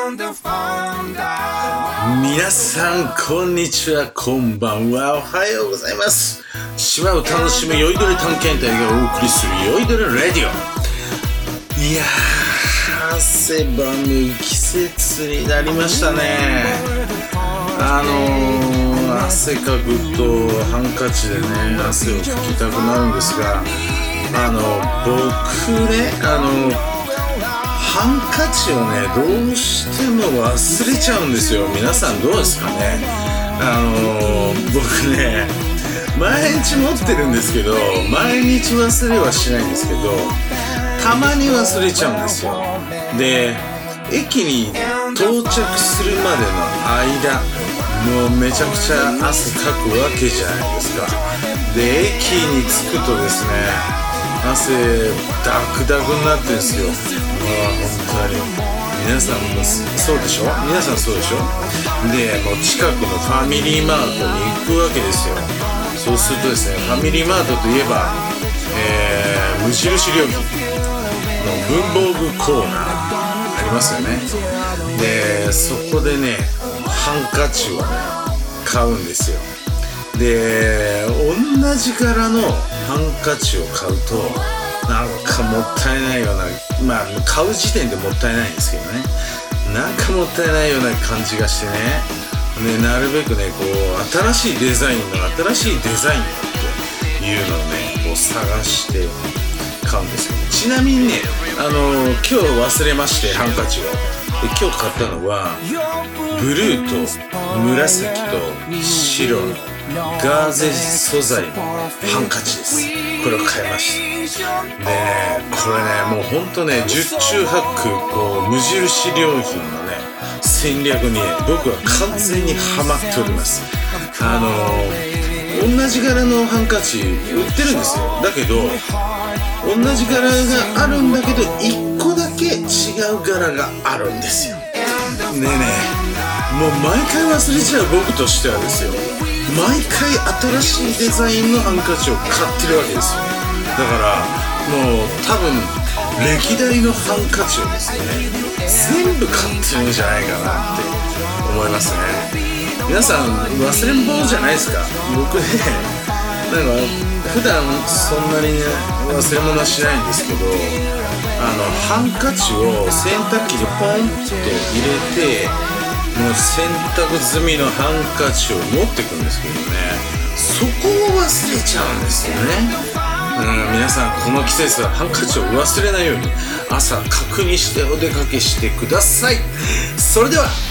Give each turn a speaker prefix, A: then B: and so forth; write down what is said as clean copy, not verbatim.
A: 皆さんこんにちは、こんばんは、おはようございます。島を楽しむ酔いどれ探検隊がお送りする酔いどれラディオ。いやー、汗ばむ季節になりましたね。汗かくとハンカチでね、汗を拭きたくなるんですが、僕ね、ハンカチをね、どうしても忘れちゃうんですよ。皆さんどうですかね。僕ね、毎日持ってるんですけど、毎日忘れはしないんですけど、たまに忘れちゃうんですよ。で、駅に到着するまでの間、もうめちゃくちゃ汗かくわけじゃないですか。で、駅に着くとですね、汗ダクダクになってるんですよ。本当に皆さんもそうでしょ。皆さんそうでしょ。で、もう近くのファミリーマートに行くわけですよ。そうするとですね、ファミリーマートといえば、無印良品の文房具コーナーありますよね。で、そこでね、ハンカチをね、買うんですよ。で、同じ柄のハンカチを買うとなんかもったいないような、買う時点でもったいないんですけどね、なんかもったいないような感じがしてね、なるべくね、こう新しいデザインっていうのをね、こう探して買うんですよ。ちなみにね、今日忘れまして、ハンカチを今日買ったのはブルーと紫と白のガーゼ素材のハンカチです。これを買いました。でね、これね、もうほんとね、十中八九こう無印良品のね戦略にね、僕は完全にハマっております。同じ柄のハンカチ売ってるんですよ。だけど同じ柄があるんだけど1個だけ違う柄があるんですよ。ねえねえ、もう毎回忘れちゃう僕としてはですよ、毎回新しいデザインのハンカチを買ってるわけですよ。だからもう多分歴代のハンカチをですね、全部買ってるんじゃないかなって思いますね。皆さん忘れん坊じゃないですか。僕ね、なんか普段そんなにね、忘れ物はしないんですけど、ハンカチを洗濯機にポンと入れて、もう洗濯済みのハンカチを持ってくんですけどね、そこを忘れちゃうんですよね。皆さんこの季節はハンカチを忘れないように朝確認してお出かけしてください。それでは